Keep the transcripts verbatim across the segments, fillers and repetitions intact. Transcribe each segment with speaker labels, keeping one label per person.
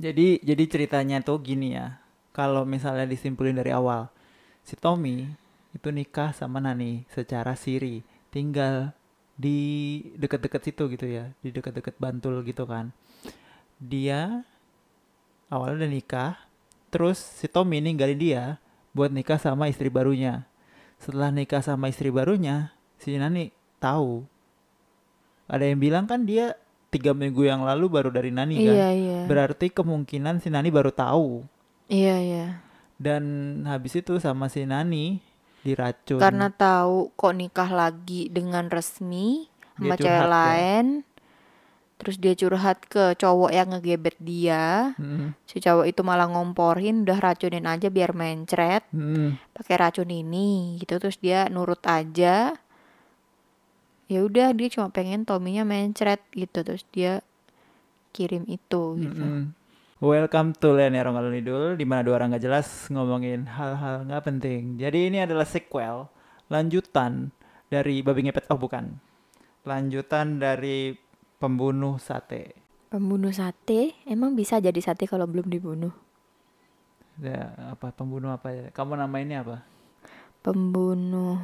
Speaker 1: Jadi jadi ceritanya tuh gini ya. Kalau misalnya disimpulin dari awal, si Tommy itu nikah sama Nani secara siri, tinggal di deket-deket situ gitu ya, di deket-deket Bantul gitu kan. Dia awalnya udah nikah, terus si Tommy ninggalin dia buat nikah sama istri barunya. Setelah nikah sama istri barunya, si Nani tahu. Ada yang bilang kan dia tiga minggu yang lalu baru dari Nani kan.
Speaker 2: Iya, iya.
Speaker 1: Berarti kemungkinan si Nani baru tahu.
Speaker 2: Iya, iya.
Speaker 1: Dan habis itu sama si Nani
Speaker 2: Karena
Speaker 1: diracun.
Speaker 2: tahu kok nikah lagi dengan resmi
Speaker 1: Dia
Speaker 2: sama cewek
Speaker 1: curhat ya.
Speaker 2: lain, terus dia curhat ke cowok yang ngegebet dia.
Speaker 1: Mm-mm.
Speaker 2: Si cowok itu malah ngomporin, udah racunin aja biar mencret,
Speaker 1: Mm-mm.
Speaker 2: pakai racun ini gitu. Terus dia nurut aja. Ya udah, dia cuma pengen Tominya mencret gitu. Terus dia kirim itu gitu.
Speaker 1: Mm-mm. Welcome to Lenero Ngalor Ngidul, di mana dua orang gak jelas ngomongin hal-hal nggak penting. Jadi ini adalah sequel, lanjutan dari Babi Ngepet. Oh bukan, lanjutan dari Pembunuh Sate.
Speaker 2: Pembunuh sate, emang bisa jadi sate kalau belum dibunuh?
Speaker 1: Ya, apa pembunuh apa ya? Kamu namainnya apa?
Speaker 2: Pembunuh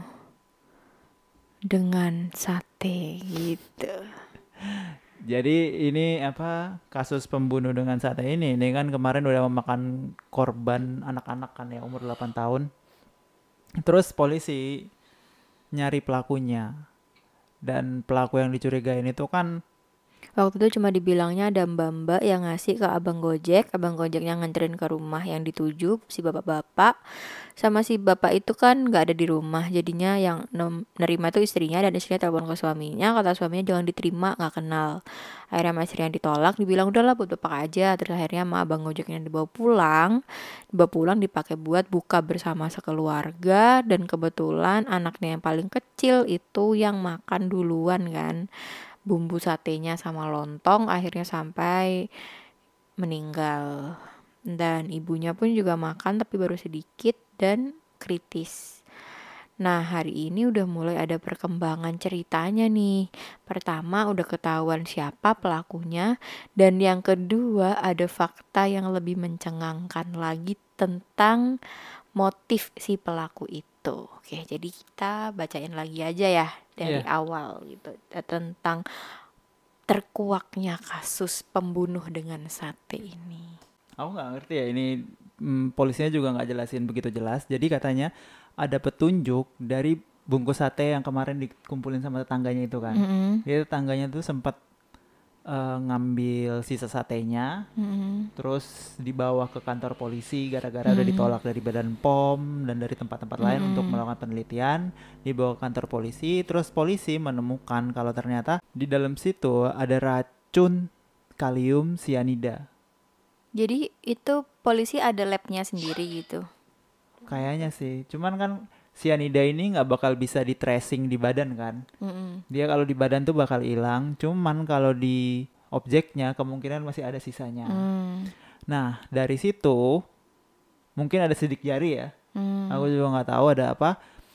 Speaker 2: dengan sate gitu.
Speaker 1: Jadi ini apa kasus pembunuh dengan sate ini? Ini kan kemarin udah memakan korban anak-anak kan ya umur delapan tahun. Terus polisi nyari pelakunya dan pelaku yang dicurigain itu kan
Speaker 2: Waktu itu cuma dibilangnya ada mbak-mbak yang ngasih ke abang Gojek, abang Gojek yang nganterin ke rumah yang dituju, si bapak-bapak. Sama si bapak itu kan nggak ada di rumah, jadinya yang nem- nerima itu istrinya, dan istrinya telepon ke suaminya, kata suaminya jangan diterima, nggak kenal. Akhirnya sama istrinya ditolak, dibilang udahlah buat bapak aja. Terus akhirnya sama abang Gojeknya dibawa pulang, dibawa pulang dipakai buat buka bersama sekeluarga, dan kebetulan anaknya yang paling kecil itu yang makan duluan kan bumbu satenya sama lontong, akhirnya sampai meninggal. Dan ibunya pun juga makan tapi baru sedikit dan kritis. Nah, hari ini udah mulai ada perkembangan ceritanya nih. Pertama, udah ketahuan siapa pelakunya. Dan yang kedua, ada fakta yang lebih mencengangkan lagi tentang motif si pelaku itu. Oke, jadi kita bacain lagi aja ya dari
Speaker 1: ya
Speaker 2: awal gitu. Tentang terkuaknya kasus pembunuh dengan sate ini.
Speaker 1: aku nggak ngerti ya ini mm, polisinya juga nggak jelasin begitu jelas. Jadi katanya ada petunjuk dari bungkus sate yang kemarin dikumpulin sama tetangganya itu kan.
Speaker 2: Mm-mm.
Speaker 1: Jadi tetangganya tuh sempat eh, ngambil sisa satenya
Speaker 2: Mm-mm.
Speaker 1: terus dibawa ke kantor polisi gara-gara udah
Speaker 2: Mm-mm.
Speaker 1: ditolak dari Badan P O M dan dari tempat-tempat lain untuk
Speaker 2: Mm-mm.
Speaker 1: melakukan penelitian. Dibawa ke kantor polisi, terus polisi menemukan kalau ternyata di dalam situ ada racun kalium sianida.
Speaker 2: Jadi itu polisi ada labnya sendiri gitu.
Speaker 1: Kayaknya sih, cuman kan sianida ini nggak bakal bisa di tracing di badan kan.
Speaker 2: Mm-mm.
Speaker 1: Dia kalau di badan tuh bakal hilang, cuman kalau di objeknya kemungkinan masih ada sisanya.
Speaker 2: Mm.
Speaker 1: Nah, dari situ mungkin ada sidik jari ya. Aku
Speaker 2: Mm.
Speaker 1: juga nggak tahu ada apa.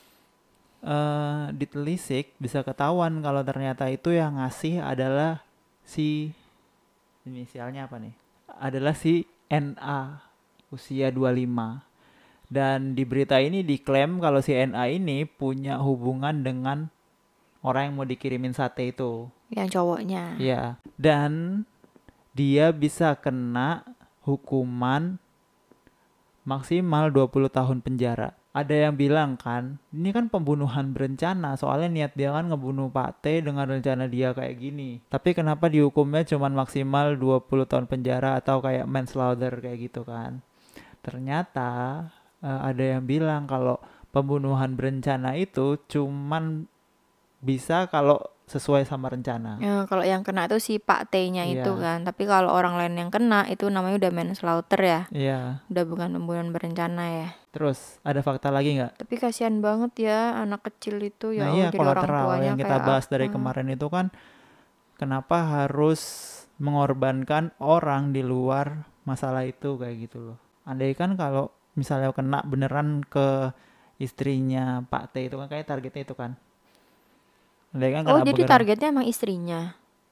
Speaker 1: Eh, ditelisik bisa ketahuan kalau ternyata itu yang ngasih adalah si inisialnya apa nih? Adalah si N A usia dua puluh lima. Dan di berita ini diklaim kalau si N A ini punya hubungan dengan orang yang mau dikirimin sate itu.
Speaker 2: Yang cowoknya.
Speaker 1: Ya, dan dia bisa kena hukuman maksimal dua puluh tahun penjara. Ada yang bilang kan, ini kan pembunuhan berencana, soalnya niat dia kan ngebunuh Pak T dengan rencana dia kayak gini. Tapi kenapa dihukumnya cuma maksimal dua puluh tahun penjara atau kayak manslaughter kayak gitu kan. Ternyata eh, ada yang bilang kalau pembunuhan berencana itu cuman bisa kalau sesuai sama rencana.
Speaker 2: Ya, kalau yang kena itu si Pak T-nya itu
Speaker 1: Iya,
Speaker 2: kan. Tapi kalau orang lain yang kena itu namanya udah manslaughter ya.
Speaker 1: iya.
Speaker 2: Udah bukan pembunuhan berencana ya.
Speaker 1: Terus ada fakta lagi nggak?
Speaker 2: Tapi kasihan banget ya anak kecil itu,
Speaker 1: Nah
Speaker 2: ya
Speaker 1: iya
Speaker 2: Allah, jadi orang
Speaker 1: kolateral
Speaker 2: tuanya
Speaker 1: yang kita
Speaker 2: kayak
Speaker 1: bahas dari
Speaker 2: apa.
Speaker 1: kemarin itu kan kenapa harus mengorbankan orang di luar masalah itu kayak gitu loh. Andai kan kalau misalnya kena beneran ke istrinya Pak T itu kan kayak targetnya itu kan. Andai kan
Speaker 2: Oh,
Speaker 1: kena
Speaker 2: jadi
Speaker 1: beneran.
Speaker 2: targetnya emang istrinya.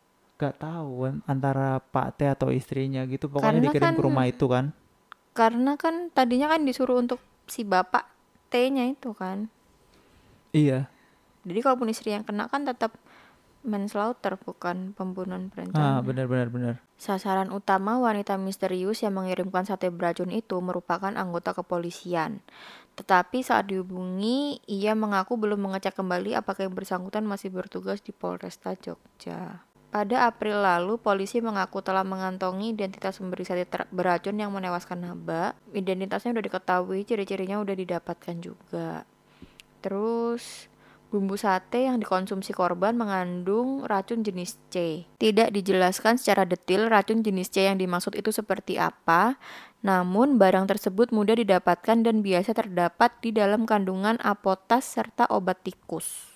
Speaker 1: Gak tahu an- antara Pak T atau istrinya gitu. Pokoknya
Speaker 2: Karena
Speaker 1: dikirim
Speaker 2: kan
Speaker 1: ke rumah itu kan.
Speaker 2: karena kan tadinya kan disuruh untuk si bapak T-nya itu kan.
Speaker 1: Iya.
Speaker 2: Jadi kalaupun istri yang kena kan tetap manslaughter, bukan pembunuhan
Speaker 1: Ah,
Speaker 2: berencana.
Speaker 1: benar benar benar.
Speaker 2: Sasaran utama wanita misterius yang mengirimkan sate beracun itu merupakan anggota kepolisian. Tetapi saat dihubungi, ia mengaku belum mengecek kembali apakah yang bersangkutan masih bertugas di Polresta Jogja. Pada April lalu, polisi mengaku telah mengantongi identitas pemberi sate ter- beracun yang menewaskan Haba. Identitasnya udah diketahui, ciri-cirinya udah didapatkan juga. Terus, bumbu sate yang dikonsumsi korban mengandung racun jenis C. Tidak dijelaskan secara detail racun jenis C yang dimaksud itu seperti apa, namun barang tersebut mudah didapatkan dan biasa terdapat di dalam kandungan apotas serta obat tikus.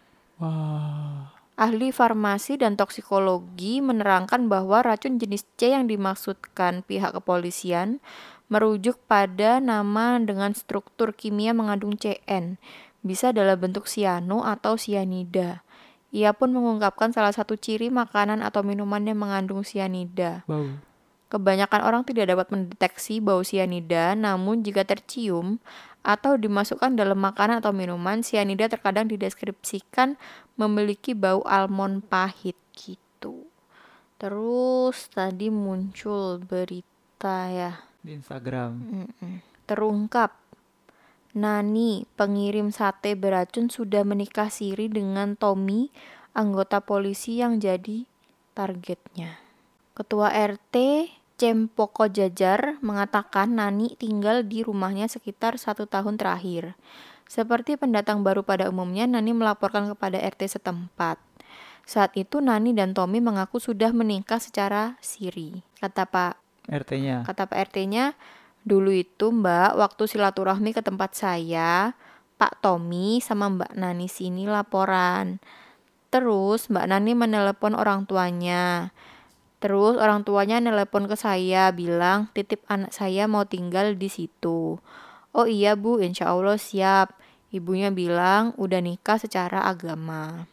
Speaker 1: Wah.
Speaker 2: Ahli farmasi dan toksikologi menerangkan bahwa racun jenis C yang dimaksudkan pihak kepolisian merujuk pada nama dengan struktur kimia mengandung C N, bisa dalam bentuk siano atau sianida. Ia pun mengungkapkan salah satu ciri makanan atau minuman yang mengandung sianida.
Speaker 1: Bau.
Speaker 2: Kebanyakan orang tidak dapat mendeteksi bau sianida, namun jika tercium atau dimasukkan dalam makanan atau minuman, sianida terkadang dideskripsikan memiliki bau almond pahit gitu. Terus tadi muncul berita ya,
Speaker 1: Di Instagram.
Speaker 2: Mm-mm. Terungkap Nani, pengirim sate beracun, sudah menikah siri dengan Tommy, anggota polisi yang jadi targetnya. Ketua R T Cempoko Jajar mengatakan Nani tinggal di rumahnya sekitar satu tahun terakhir. Seperti pendatang baru pada umumnya, Nani melaporkan kepada R T setempat. Saat itu Nani dan Tommy mengaku sudah menikah secara siri. Kata Pak
Speaker 1: R T-nya.
Speaker 2: Kata Pak R T-nya, dulu itu Mbak, waktu silaturahmi ke tempat saya, Pak Tommy sama Mbak Nani sini laporan. Terus Mbak Nani menelepon orang tuanya. Terus orang tuanya nelepon ke saya, bilang titip anak saya mau tinggal di situ. Oh iya Bu, insya Allah siap. Ibunya bilang udah nikah secara agama.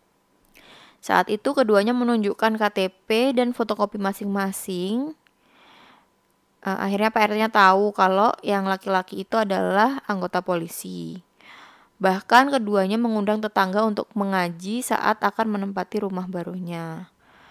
Speaker 2: Saat itu keduanya menunjukkan K T P dan fotokopi masing-masing. Uh, akhirnya Pak R T-nya tahu kalau yang laki-laki itu adalah anggota polisi. Bahkan keduanya mengundang tetangga untuk mengaji saat akan menempati rumah barunya.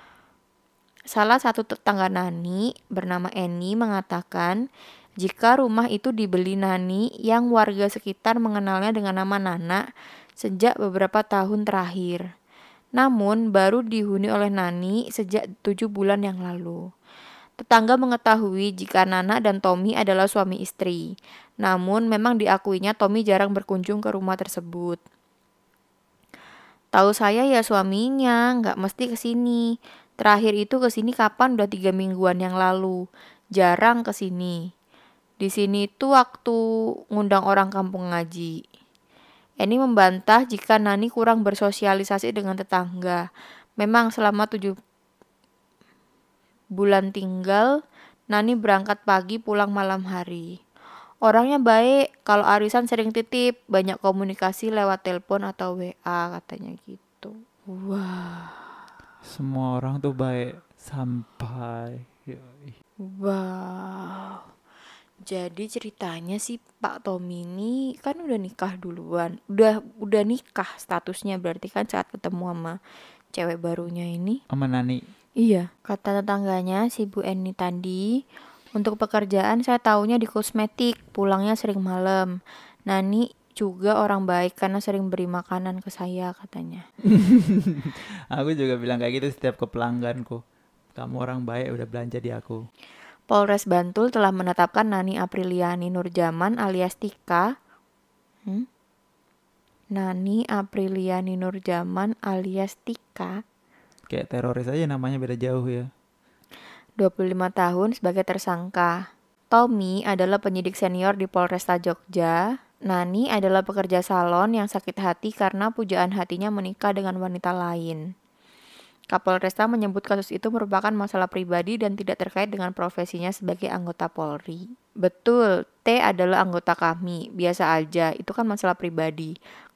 Speaker 2: Salah satu tetangga Nani bernama Eni mengatakan jika rumah itu dibeli Nani yang warga sekitar mengenalnya dengan nama Nana sejak beberapa tahun terakhir. Namun baru dihuni oleh Nani sejak tujuh bulan yang lalu. Tetangga mengetahui jika Nana dan Tommy adalah suami istri. Namun memang diakuinya Tommy jarang berkunjung ke rumah tersebut. Tahu saya ya suaminya, nggak mesti kesini. Terakhir itu kesini kapan? Udah tiga mingguan yang lalu. Jarang kesini. Di sini itu waktu ngundang orang kampung ngaji. Eni membantah jika Nani kurang bersosialisasi dengan tetangga. Memang selama tujuh bulan tinggal, Nani berangkat pagi pulang malam hari. Orangnya baik, kalau arisan sering titip, banyak komunikasi lewat telepon atau W A katanya gitu. Wah.
Speaker 1: Semua orang tuh baik sampai. Yoi.
Speaker 2: Wow. Jadi ceritanya sih Pak Tommy ini kan udah nikah duluan. Udah udah nikah statusnya, berarti kan saat ketemu sama cewek barunya ini.
Speaker 1: Sama Nani.
Speaker 2: Iya, kata tetangganya si Bu Eni tadi, untuk pekerjaan saya taunya di kosmetik, pulangnya sering malam. Nani juga orang baik karena sering beri makanan ke saya katanya.
Speaker 1: Aku juga bilang kayak gitu setiap ke pelangganku. Kamu orang baik udah belanja di aku.
Speaker 2: Polres Bantul telah menetapkan Nani Apriliani Nurjaman alias Tika. Hmm? Nani Apriliani Nurjaman alias Tika,
Speaker 1: Kayak teroris aja namanya beda jauh ya.
Speaker 2: dua puluh lima tahun sebagai tersangka. Tommy adalah penyidik senior di Polresta Jogja. Nani adalah pekerja salon yang sakit hati karena pujaan hatinya menikah dengan wanita lain. Kapolresta menyebut kasus itu merupakan masalah pribadi dan tidak terkait dengan profesinya sebagai anggota Polri. Betul, T adalah anggota kami, biasa aja, itu kan masalah pribadi.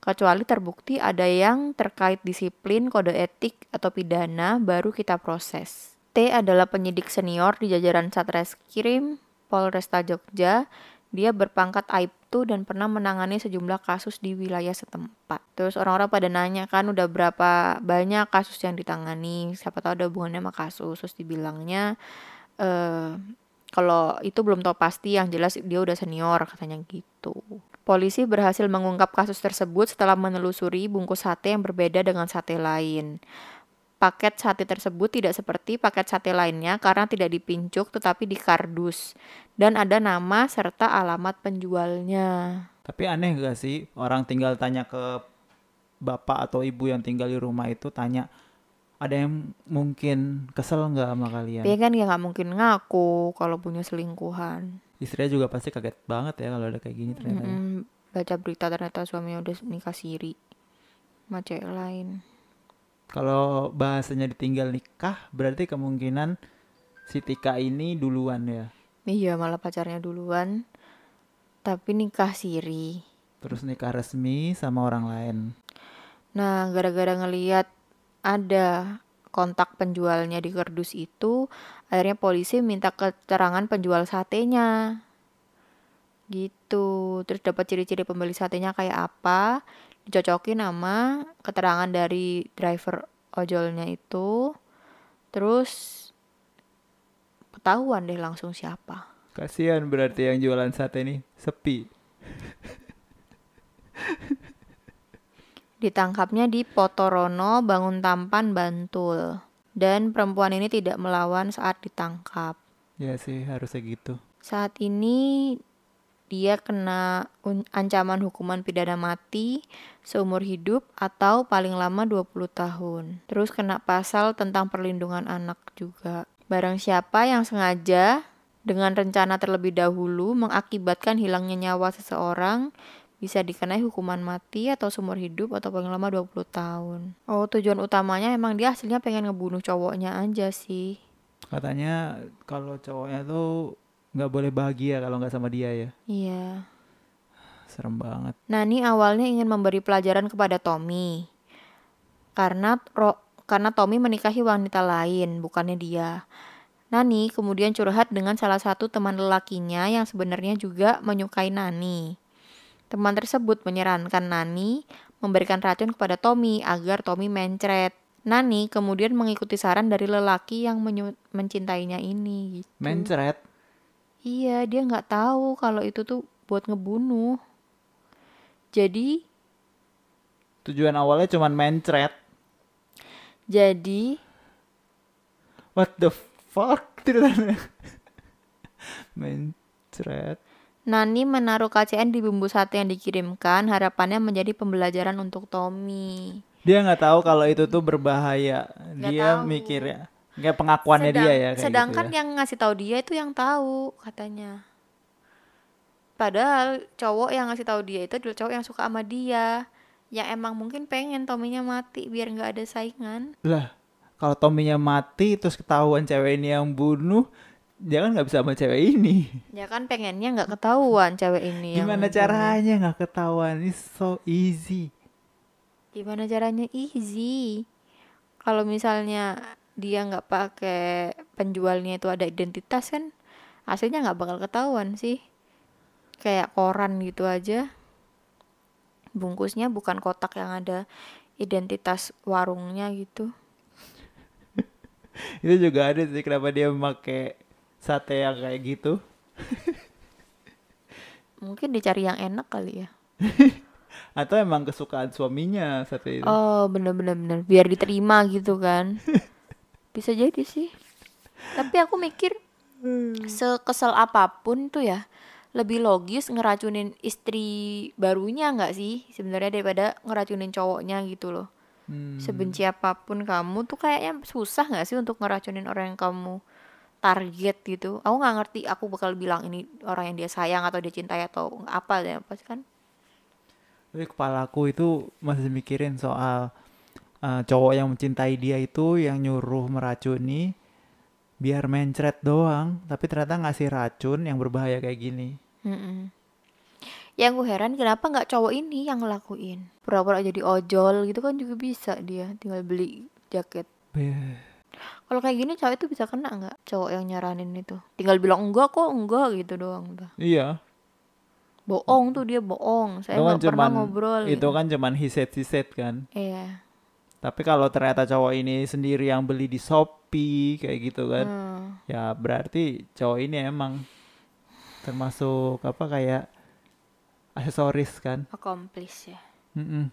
Speaker 2: Kecuali terbukti ada yang terkait disiplin, kode etik, atau pidana, baru kita proses. T adalah penyidik senior di jajaran Satreskrim Polresta Jogja. Dia berpangkat Aibtu dan pernah menangani sejumlah kasus di wilayah setempat. Terus orang-orang pada nanya kan udah berapa banyak kasus yang ditangani, siapa tahu ada hubungannya sama kasus. Terus dibilangnya eh kalau itu belum tahu pasti, yang jelas dia udah senior katanya gitu. Polisi berhasil mengungkap kasus tersebut setelah menelusuri bungkus sate yang berbeda dengan sate lain. Paket sate tersebut tidak seperti paket sate lainnya karena tidak dipincuk tetapi dikardus. Dan ada nama serta alamat penjualnya.
Speaker 1: Tapi aneh gak sih orang tinggal tanya ke bapak atau ibu yang tinggal di rumah itu, tanya, ada yang mungkin kesel gak sama kalian?
Speaker 2: Dia kan ya gak mungkin ngaku kalau punya selingkuhan.
Speaker 1: Istrinya juga pasti kaget banget ya kalau ada kayak gini ternyata.
Speaker 2: Mm-mm. Baca berita ternyata suaminya udah nikah siri sama cewek lain.
Speaker 1: Kalau bahasanya ditinggal nikah, berarti kemungkinan si Tika ini duluan ya.
Speaker 2: Iya, malah pacarnya duluan, tapi nikah siri.
Speaker 1: Terus nikah resmi sama orang lain.
Speaker 2: Nah, gara-gara ngeliat ada kontak penjualnya di kardus itu, akhirnya polisi minta keterangan penjual satenya. Gitu. Terus dapat ciri-ciri pembeli satenya kayak apa, dicocokin sama keterangan dari driver ojolnya itu. Terus ketahuan deh langsung siapa.
Speaker 1: Kasihan berarti yang jualan sate nih sepi.
Speaker 2: Ditangkapnya di Potorono, Banguntampan, Bantul. Dan perempuan ini tidak melawan saat ditangkap.
Speaker 1: Ya sih, harusnya gitu.
Speaker 2: Saat ini dia kena un- ancaman hukuman pidana mati seumur hidup atau paling lama dua puluh tahun. Terus kena pasal tentang perlindungan anak juga. Barang siapa yang sengaja dengan rencana terlebih dahulu mengakibatkan hilangnya nyawa seseorang bisa dikenai hukuman mati atau seumur hidup atau paling lama dua puluh tahun. Oh, tujuan utamanya emang dia aslinya pengen ngebunuh cowoknya aja sih.
Speaker 1: Katanya kalau cowoknya tuh nggak boleh bahagia kalau nggak sama dia ya.
Speaker 2: Iya.
Speaker 1: Serem banget.
Speaker 2: Nani awalnya ingin memberi pelajaran kepada Tommy. Karena ro- karena Tommy menikahi wanita lain, bukannya dia. Nani kemudian curhat dengan salah satu teman lelakinya yang sebenarnya juga menyukai Nani. Teman tersebut menyarankan Nani memberikan racun kepada Tommy agar Tommy mencret. Nani kemudian mengikuti saran dari lelaki yang menyu- mencintainya ini. Gitu.
Speaker 1: Mencret?
Speaker 2: Iya, dia nggak tahu kalau itu tuh buat ngebunuh. Jadi
Speaker 1: tujuan awalnya cuma mencret.
Speaker 2: Jadi
Speaker 1: What the fuck? Mencret.
Speaker 2: Nani menaruh K C N di bumbu sate yang dikirimkan, harapannya menjadi pembelajaran untuk Tommy.
Speaker 1: Dia nggak tahu kalau itu tuh berbahaya.
Speaker 2: Gak
Speaker 1: dia
Speaker 2: tahu.
Speaker 1: mikirnya kayak pengakuannya
Speaker 2: Sedang,
Speaker 1: dia ya kayak
Speaker 2: sedangkan
Speaker 1: gitu ya.
Speaker 2: yang ngasih tahu dia itu yang tahu katanya. Padahal cowok yang ngasih tahu dia itu adalah cowok yang suka sama dia, yang emang mungkin pengen Tommy-nya mati biar nggak ada saingan.
Speaker 1: Lah, kalau Tommy-nya mati terus ketahuan cewek ini yang bunuh, dia kan nggak bisa sama cewek ini.
Speaker 2: Ya kan pengennya nggak ketahuan cewek ini.
Speaker 1: Gimana
Speaker 2: yang
Speaker 1: caranya nggak ketahuan? It's so easy.
Speaker 2: Gimana caranya easy? Kalau misalnya dia nggak pakai penjualnya itu ada identitas kan, aslinya nggak bakal ketahuan sih. Kayak koran gitu aja, bungkusnya bukan kotak yang ada identitas warungnya gitu.
Speaker 1: Itu juga ada sih kenapa dia memakai sate yang kayak gitu.
Speaker 2: Mungkin dicari yang enak kali ya.
Speaker 1: Atau emang kesukaan suaminya sate itu.
Speaker 2: Oh bener-bener bener biar diterima gitu kan. Bisa jadi sih. Tapi aku mikir sekesel apapun tuh ya, lebih logis ngeracunin istri barunya nggak sih sebenarnya daripada ngeracunin cowoknya gitu loh. Hmm. Sebenci apapun kamu tuh kayaknya susah nggak sih untuk ngeracunin orang yang kamu target gitu. Aku nggak ngerti aku bakal bilang ini orang yang dia sayang atau dia cintai atau apa ya pas kan.
Speaker 1: Tapi kepalaku itu masih mikirin soal uh, cowok yang mencintai dia itu yang nyuruh meracuni biar mencret doang, tapi ternyata ngasih racun yang berbahaya kayak gini.
Speaker 2: Mm-mm. Yang gue heran kenapa nggak cowok ini yang ngelakuin. Pura-pura jadi ojol gitu kan juga bisa dia, tinggal beli jaket.
Speaker 1: Beh,
Speaker 2: Kalau kayak gini cowok itu bisa kena nggak? Cowok yang nyaranin itu tinggal bilang enggak kok, enggak gitu doang tuh.
Speaker 1: iya,
Speaker 2: Bohong tuh dia, bohong.
Speaker 1: itu
Speaker 2: Saya
Speaker 1: kan
Speaker 2: nggak pernah
Speaker 1: cuman
Speaker 2: ngobrol
Speaker 1: itu
Speaker 2: gitu.
Speaker 1: kan cuman he said she said kan.
Speaker 2: Iya.
Speaker 1: Tapi kalau ternyata cowok ini sendiri yang beli di Shopee kayak gitu kan,
Speaker 2: Hmm,
Speaker 1: ya berarti cowok ini emang termasuk apa kayak aksesoris kan.
Speaker 2: accomplice ya.
Speaker 1: Mm-mm.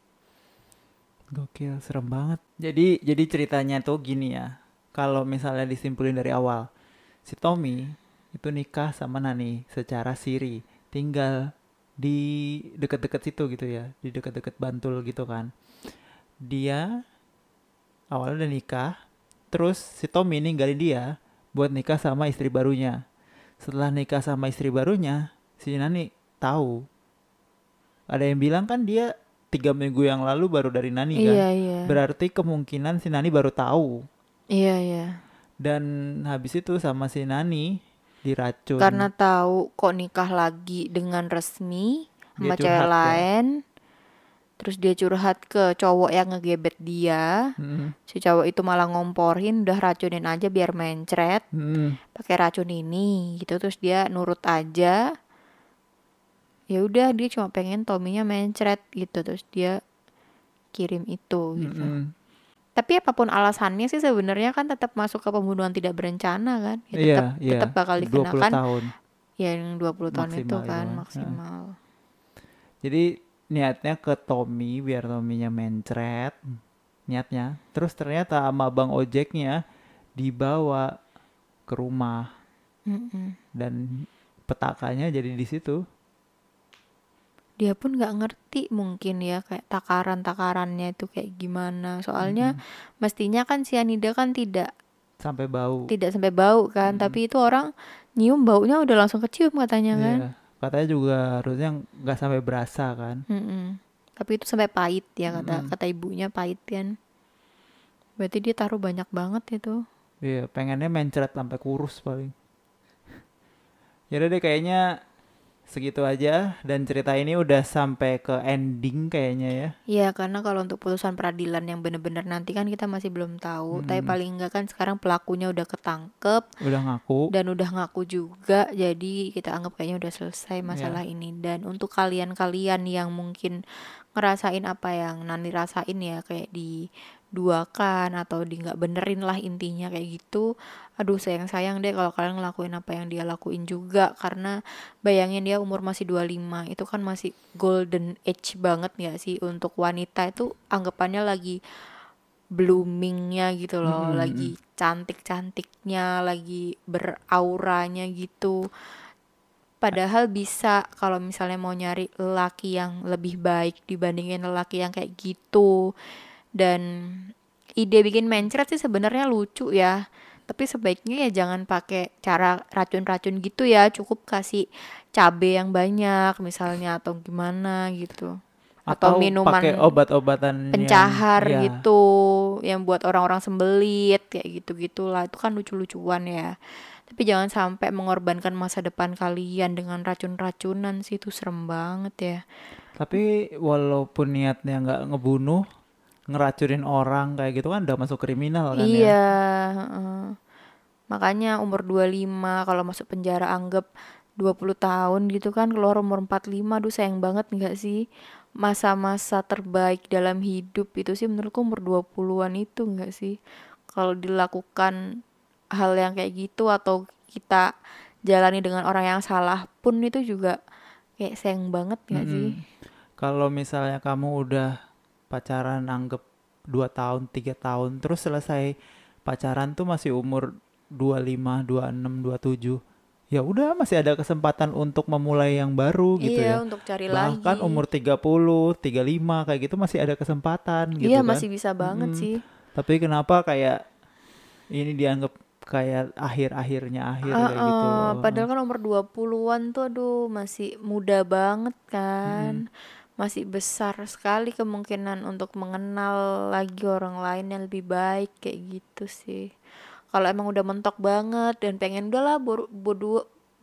Speaker 1: Gokil, serem banget. Jadi jadi ceritanya tuh gini ya. Kalau misalnya disimpulin dari awal, si Tommy itu nikah sama Nani secara siri, tinggal di deket-deket situ gitu ya, di deket-deket Bantul gitu kan. Dia awalnya udah nikah, terus si Tommy ninggalin dia buat nikah sama istri barunya. Setelah nikah sama istri barunya, si Nani tahu. Ada yang bilang kan dia tiga minggu yang lalu baru dari Nani kan.
Speaker 2: Iya, iya.
Speaker 1: Berarti kemungkinan si Nani baru tahu.
Speaker 2: Iya, iya.
Speaker 1: Dan habis itu sama si Nani
Speaker 2: Karena
Speaker 1: diracun.
Speaker 2: tahu kok nikah lagi dengan resmi
Speaker 1: Dia
Speaker 2: sama cewek
Speaker 1: curhat ke.
Speaker 2: lain, terus dia curhat ke cowok yang ngegebet dia.
Speaker 1: Mm,
Speaker 2: Si cowok itu malah ngomporin, udah racunin aja biar mencret,
Speaker 1: mm,
Speaker 2: pakai racun ini gitu. Terus dia nurut aja. Ya udah dia cuma pengen Tominya mencret gitu, terus dia kirim itu
Speaker 1: mm,
Speaker 2: gitu.
Speaker 1: mm.
Speaker 2: Tapi apapun alasannya sih sebenarnya kan tetap masuk ke pembunuhan tidak berencana kan. Ya
Speaker 1: Iya,
Speaker 2: tetap
Speaker 1: iya.
Speaker 2: tetap bakal
Speaker 1: dua puluh
Speaker 2: dikenakan
Speaker 1: tahun
Speaker 2: yang dua puluh tahun itu
Speaker 1: maksimal itu
Speaker 2: kan
Speaker 1: kan. Heeh.
Speaker 2: maksimal.
Speaker 1: Jadi niatnya ke Tommy biar Tommynya mencret. Niatnya. Terus ternyata sama Bang Ojeknya dibawa ke rumah
Speaker 2: Mm-mm.
Speaker 1: dan petakanya jadi di situ.
Speaker 2: Dia pun nggak ngerti mungkin ya kayak takaran-takarannya itu kayak gimana. Soalnya
Speaker 1: Mm-mm.
Speaker 2: mestinya kan sianida kan tidak
Speaker 1: Sampai bau.
Speaker 2: tidak sampai bau kan,
Speaker 1: Mm-mm.
Speaker 2: tapi itu orang nyium baunya udah langsung kecium katanya kan.
Speaker 1: Iya. Katanya juga harusnya nggak sampai berasa kan.
Speaker 2: Mm-mm. Tapi itu sampai pahit ya kata
Speaker 1: Mm-mm.
Speaker 2: kata ibunya pahit kan. Berarti dia taruh banyak banget itu.
Speaker 1: Iya, pengennya mencret sampai kurus paling. Ya udah deh kayaknya segitu aja dan cerita ini udah sampai ke ending kayaknya ya.
Speaker 2: Iya, karena kalau untuk putusan peradilan yang benar-benar nanti kan kita masih belum tahu. Tapi
Speaker 1: Mm,
Speaker 2: paling enggak kan sekarang pelakunya udah ketangkep
Speaker 1: udah ngaku.
Speaker 2: dan udah ngaku juga. Jadi kita anggap kayaknya udah selesai masalah
Speaker 1: Ya.
Speaker 2: ini. Dan untuk kalian-kalian yang mungkin ngerasain apa yang Nani rasain ya, kayak diduakan atau di nggak benerin lah intinya kayak gitu. Aduh sayang-sayang deh kalau kalian ngelakuin apa yang dia lakuin juga. Karena bayangin dia umur masih dua puluh lima, itu kan masih golden age banget gak sih untuk wanita, itu anggapannya lagi bloomingnya gitu
Speaker 1: Mm,
Speaker 2: loh,
Speaker 1: mm, mm.
Speaker 2: lagi cantik-cantiknya, lagi berauranya gitu. Padahal bisa kalau misalnya mau nyari lelaki yang lebih baik dibandingin lelaki yang kayak gitu. Dan ide bikin mencret sih sebenarnya lucu ya. Tapi sebaiknya ya jangan pakai cara racun-racun gitu ya. Cukup kasih cabe yang banyak misalnya atau gimana gitu. Atau
Speaker 1: Atau pakai
Speaker 2: minuman
Speaker 1: obat-obatan yang
Speaker 2: pencahar
Speaker 1: ya.
Speaker 2: gitu yang buat orang-orang sembelit kayak gitu-gitulah. Itu kan lucu-lucuan ya. Tapi jangan sampai mengorbankan masa depan kalian dengan racun-racunan sih, itu serem banget ya.
Speaker 1: Tapi walaupun niatnya nggak ngebunuh, ngeracunin orang kayak gitu kan udah masuk kriminal kan ya.
Speaker 2: Iya, heeh. Makanya umur dua puluh lima kalau masuk penjara anggap dua puluh tahun gitu kan, keluar umur empat puluh lima. Aduh sayang banget nggak sih? Masa-masa terbaik dalam hidup itu sih menurutku umur dua puluhan-an itu nggak sih? Kalau dilakukan hal yang kayak gitu atau kita jalani dengan orang yang salah pun itu juga kayak sayang banget nggak sih?
Speaker 1: Mm-mm. Kalau misalnya kamu udah pacaran anggap dua tahun, tiga tahun, terus selesai pacaran tuh masih umur dua puluh lima, dua puluh enam, dua puluh tujuh. Ya udah masih ada kesempatan untuk memulai yang baru gitu
Speaker 2: Iya,
Speaker 1: ya.
Speaker 2: untuk cari
Speaker 1: Bahkan
Speaker 2: lagi.
Speaker 1: umur tiga puluh, tiga puluh lima kayak gitu masih ada kesempatan
Speaker 2: Iya,
Speaker 1: gitu kan.
Speaker 2: masih bisa banget
Speaker 1: Mm-mm.
Speaker 2: sih.
Speaker 1: Tapi kenapa kayak ini dianggap kayak akhir-akhirnya akhir kayak gitu
Speaker 2: Heeh,
Speaker 1: loh.
Speaker 2: padahal kan umur dua puluhan-an tuh aduh masih muda banget
Speaker 1: Mm-mm.
Speaker 2: kan. Masih besar sekali kemungkinan untuk mengenal lagi orang lain yang lebih baik kayak gitu sih. Kalau emang udah mentok banget dan pengen udahlah bodo bodo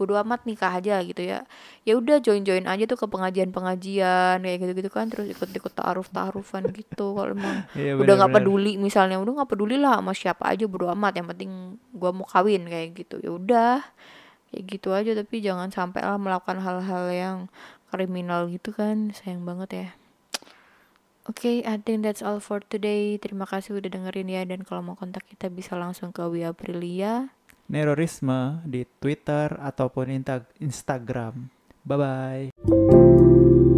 Speaker 2: bodo amat nikah aja gitu ya. Ya udah join-join aja tuh ke pengajian-pengajian kayak gitu-gitu kan, terus ikut-ikut ta'aruf-ta'arufan gitu. Kalau emang
Speaker 1: Iya
Speaker 2: udah nggak
Speaker 1: benar-benar.
Speaker 2: peduli, misalnya udah nggak peduli lah sama siapa aja, bodo amat, yang penting gua mau kawin kayak gitu. Ya udah, kayak gitu aja, tapi jangan sampai lah melakukan hal-hal yang kriminal gitu kan, sayang banget ya. Oke, I think that's all for today. Terima kasih udah dengerin ya, dan kalau mau kontak kita bisa langsung ke Wi Aprilia.
Speaker 1: Nerorisme di Twitter ataupun Insta- Instagram. Bye bye.